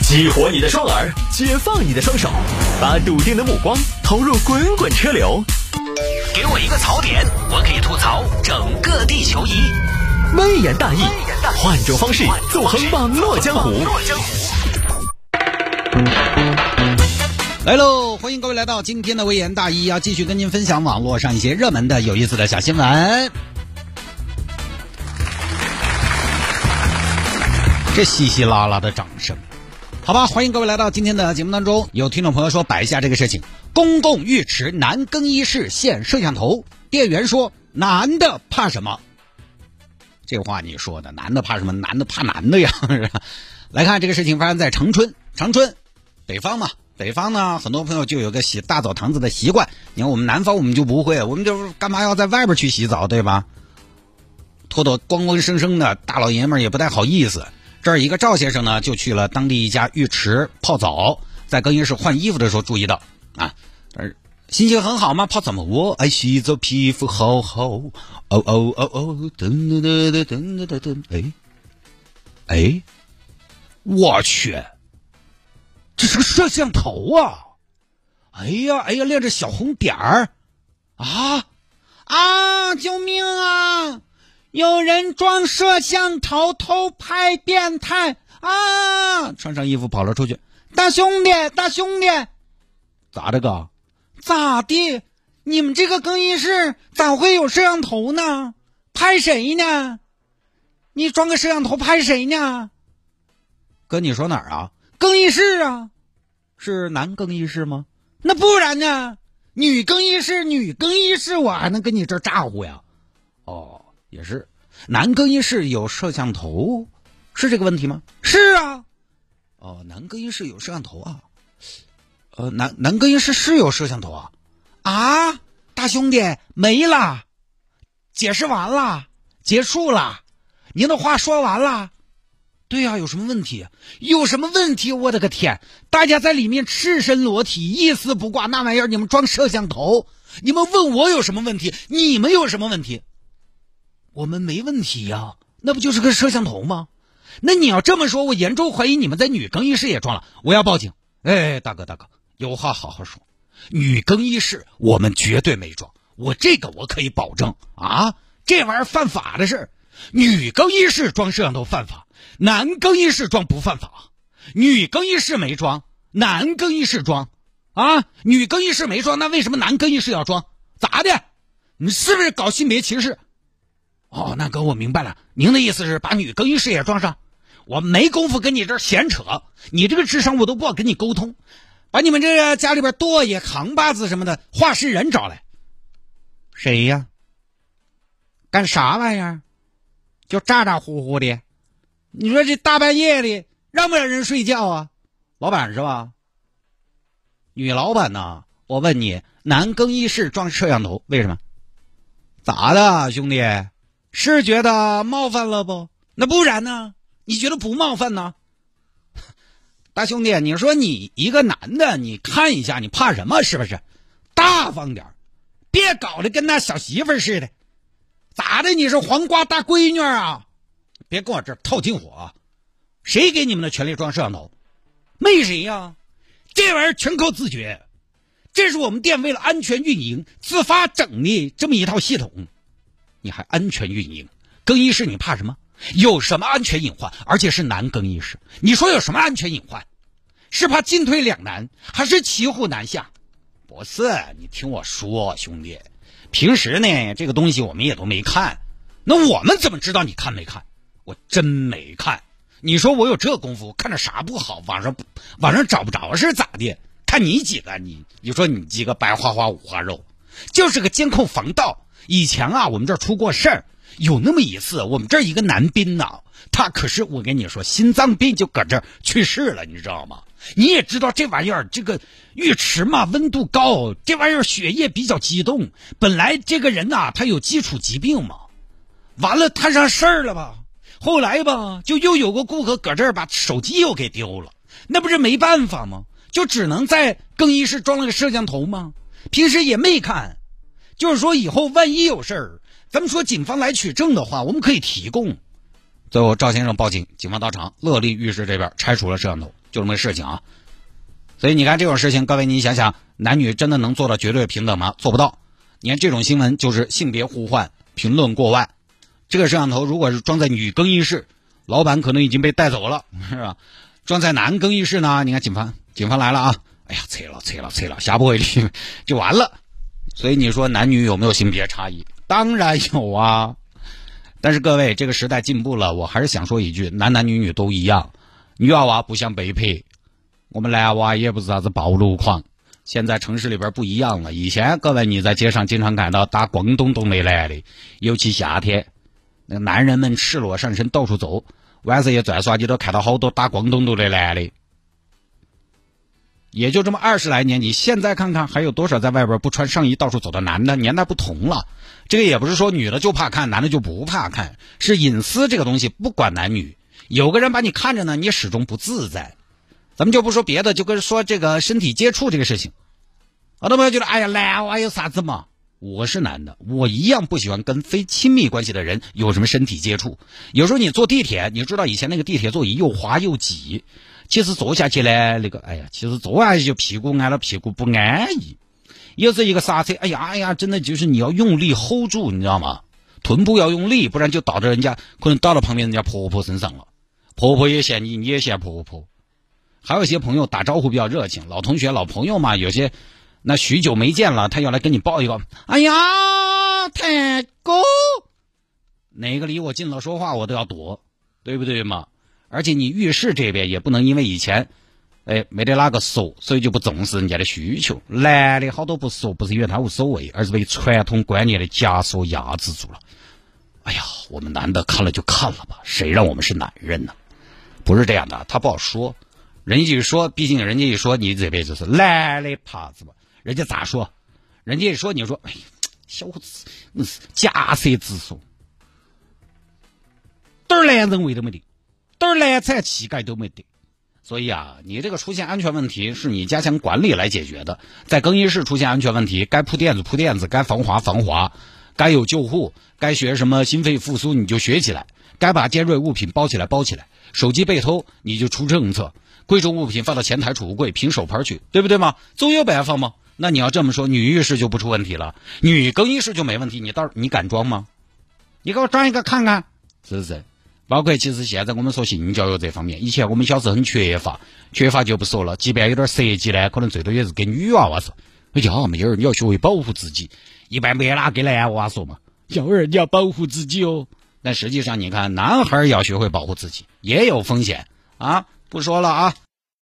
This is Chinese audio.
激活你的双耳，解放你的双手，把笃定的目光投入滚滚车流。 给我一个槽点，我可以吐槽整个地球仪。 微言大义，换种方式纵横网络江湖。 来喽，欢迎各位来到今天的微言大义，要继续跟您分享网络上一些热门的有意思的小新闻。这稀稀拉拉的掌声，好吧，欢迎各位来到今天的节目当中。有听众朋友说摆一下这个事情，公共浴池男更衣室现摄像头，店员说男的怕什么？这话你说的，男的怕什么？男的怕男的呀。来看这个事情发生在长春北方嘛，北方呢很多朋友就有个洗大澡堂子的习惯，你看我们南方我们就不会，我们就干嘛要在外边去洗澡，对吧？拖光光生生的大老爷们也不太好意思。这儿一个赵先生呢就去了当地一家浴池泡澡，在更衣室换衣服的时候注意到啊，心情很好吗？泡怎么我爱洗澡皮肤好好，哦哦哦哦，噔噔噔噔噔噔，哎，我去，这是个摄像头啊！哎呀，亮着小红点儿啊！救命啊！有人装摄像头偷拍变态啊！穿上衣服跑了出去，大兄弟，咋的个？咋地？你们这个更衣室咋会有摄像头呢？拍谁呢？你装个摄像头拍谁呢？哥，你说哪儿啊？更衣室啊。是男更衣室吗？那不然呢？女更衣室我还能跟你这咋呼呀？哦，也是，男更衣室有摄像头，是这个问题吗？是啊。哦，男更衣室有摄像头啊。男更衣室是有摄像头啊。啊，大兄弟，没了，解释完了，结束了，您的话说完了。对呀，有什么问题？我的个天，大家在里面赤身裸体一丝不挂，那玩意儿你们装摄像头，你们问我有什么问题？你们有什么问题？我们没问题呀，那不就是个摄像头吗？那你要这么说，我严重怀疑你们在女更衣室也装了，我要报警。大哥，有话好好说，女更衣室我们绝对没装，我可以保证啊，这玩意儿犯法的事。女更衣室装摄像头犯法，男更衣室装不犯法。女更衣室没装，男更衣室装啊，女更衣室没装，那为什么男更衣室要装？咋的？你是不是搞性别歧视？哦，那哥我明白了，您的意思是把女更衣室也装上？我没工夫跟你这儿闲扯，你这个智商我都不好跟你沟通，把你们这个家里边舵爷扛把子什么的话事人找来。谁呀？干啥玩意儿？就咋呼呼的，你说这大半夜的让不让人睡觉啊？老板是吧？女老板呢？我问你，男更衣室装摄像头为什么？咋的兄弟？是觉得冒犯了不？那不然呢？你觉得不冒犯呢？大兄弟，你说你一个男的，你看一下，你怕什么？是不是？大方点，别搞得跟那小媳妇似的。咋的？你是黄瓜大闺女啊？别跟我这儿套近乎啊！谁给你们的权利装摄像头？没谁呀，这玩意儿全靠自觉。这是我们店为了安全运营自发整的这么一套系统。你还安全运营？更衣室你怕什么？有什么安全隐患？而且是男更衣室，你说有什么安全隐患？是怕进退两难，还是骑虎难下？不是，你听我说，兄弟。平时呢，这个东西我们也都没看，那我们怎么知道你看没看？我真没看。你说我有这功夫，看着啥不好？网上找不着是咋的？看你几个，你说你几个白花花五花肉，就是个监控防盗。以前啊，我们这儿出过事儿，有那么一次，我们这儿一个男兵呢，他可是我跟你说，心脏病就搁这儿去世了，你知道吗？你也知道这玩意儿，这个浴池嘛，温度高，这玩意儿血液比较激动，本来这个人呐，他有基础疾病嘛，完了摊上事儿了吧，后来吧，就又有个顾客搁这儿把手机又给丢了，那不是没办法吗？就只能在更衣室装了个摄像头吗？平时也没看，就是说以后万一有事儿，咱们说警方来取证的话，我们可以提供。最后赵先生报警，警方到场勒令浴室这边拆除了摄像头， 就这么个事情啊。所以你看这种事情，各位你想想，男女真的能做到绝对平等吗？做不到。你看这种新闻就是性别互换，评论过万。这个摄像头如果是装在女更衣室，老板可能已经被带走了，是吧？装在男更衣室呢，你看警方来了啊！哎呀，撤了，下不回去就完了。所以你说男女有没有性别差异？当然有啊。但是各位，这个时代进步了，我还是想说一句，男男女女都一样，女娃娃不想被配，我们男娃也不是啥子暴露狂。现在城市里边不一样了，以前各位你在街上经常看到打光咚咚的男的，尤其夏天，那男人们赤裸上身到处走，晚上也转耍，你都看到好多打光咚咚的男的。也就这么20来年，你现在看看还有多少在外边不穿上衣到处走的男的？年代不同了，这个也不是说女的就怕看，男的就不怕看，是隐私这个东西不管男女，有个人把你看着呢，你始终不自在。咱们就不说别的，就跟说这个身体接触这个事情，好多朋友觉得哎呀男娃有啥子嘛？我是男的，我一样不喜欢跟非亲密关系的人有什么身体接触。有时候你坐地铁，你知道以前那个地铁座椅又滑又挤，其实坐下去呢，其实坐下去就屁股挨了屁股不安逸。有时候一个刹车，哎呀，真的就是你要用力 hold 住，你知道吗？臀部要用力，不然就倒着人家，可能倒到旁边人家婆婆身上了。婆婆也嫌你，你也嫌婆婆。还有一些朋友打招呼比较热情，老同学、老朋友嘛，有些那许久没见了，他要来跟你抱一个，哎呀，太哥，哪个离我近了说话我都要躲，对不对嘛？而且你浴室这边也不能因为以前没得哪个说，所以就不重视人家的需求。男的好多不说，不是因为他无所谓，而是被传统观念的枷锁压制住了。哎呀，我们男的看了就看了吧，谁让我们是男人呢？不是这样的，他不好说。人家一说，毕竟人家一说你这辈子是男的耙子嘛，人家咋说？人家一说你说，哎呀，小伙子那是假设之说，点儿男人味都没得，点儿男产气概都没得。所以啊，你这个出现安全问题是你加强管理来解决的。在更衣室出现安全问题，该铺垫子铺垫子，该防滑，该有救护，该学什么心肺复苏你就学起来，该把尖锐物品包起来，手机被偷你就出政策。贵重物品放到前台储物柜，凭手牌去，对不对吗？总有办法吗？那你要这么说，女浴室就不出问题了，女更衣室就没问题，你敢装吗？你给我装一个看看，是不是？包括其实现在我们说性教育这方面，以前我们小时候很缺乏就不说了，即便有点涉及呢，可能最多也是跟女娃娃说，哎呀妹儿你要学会保护自己，一般没哪跟男娃说嘛，小儿你要保护自己哦。但实际上你看，男孩要学会保护自己也有风险啊。不说了啊。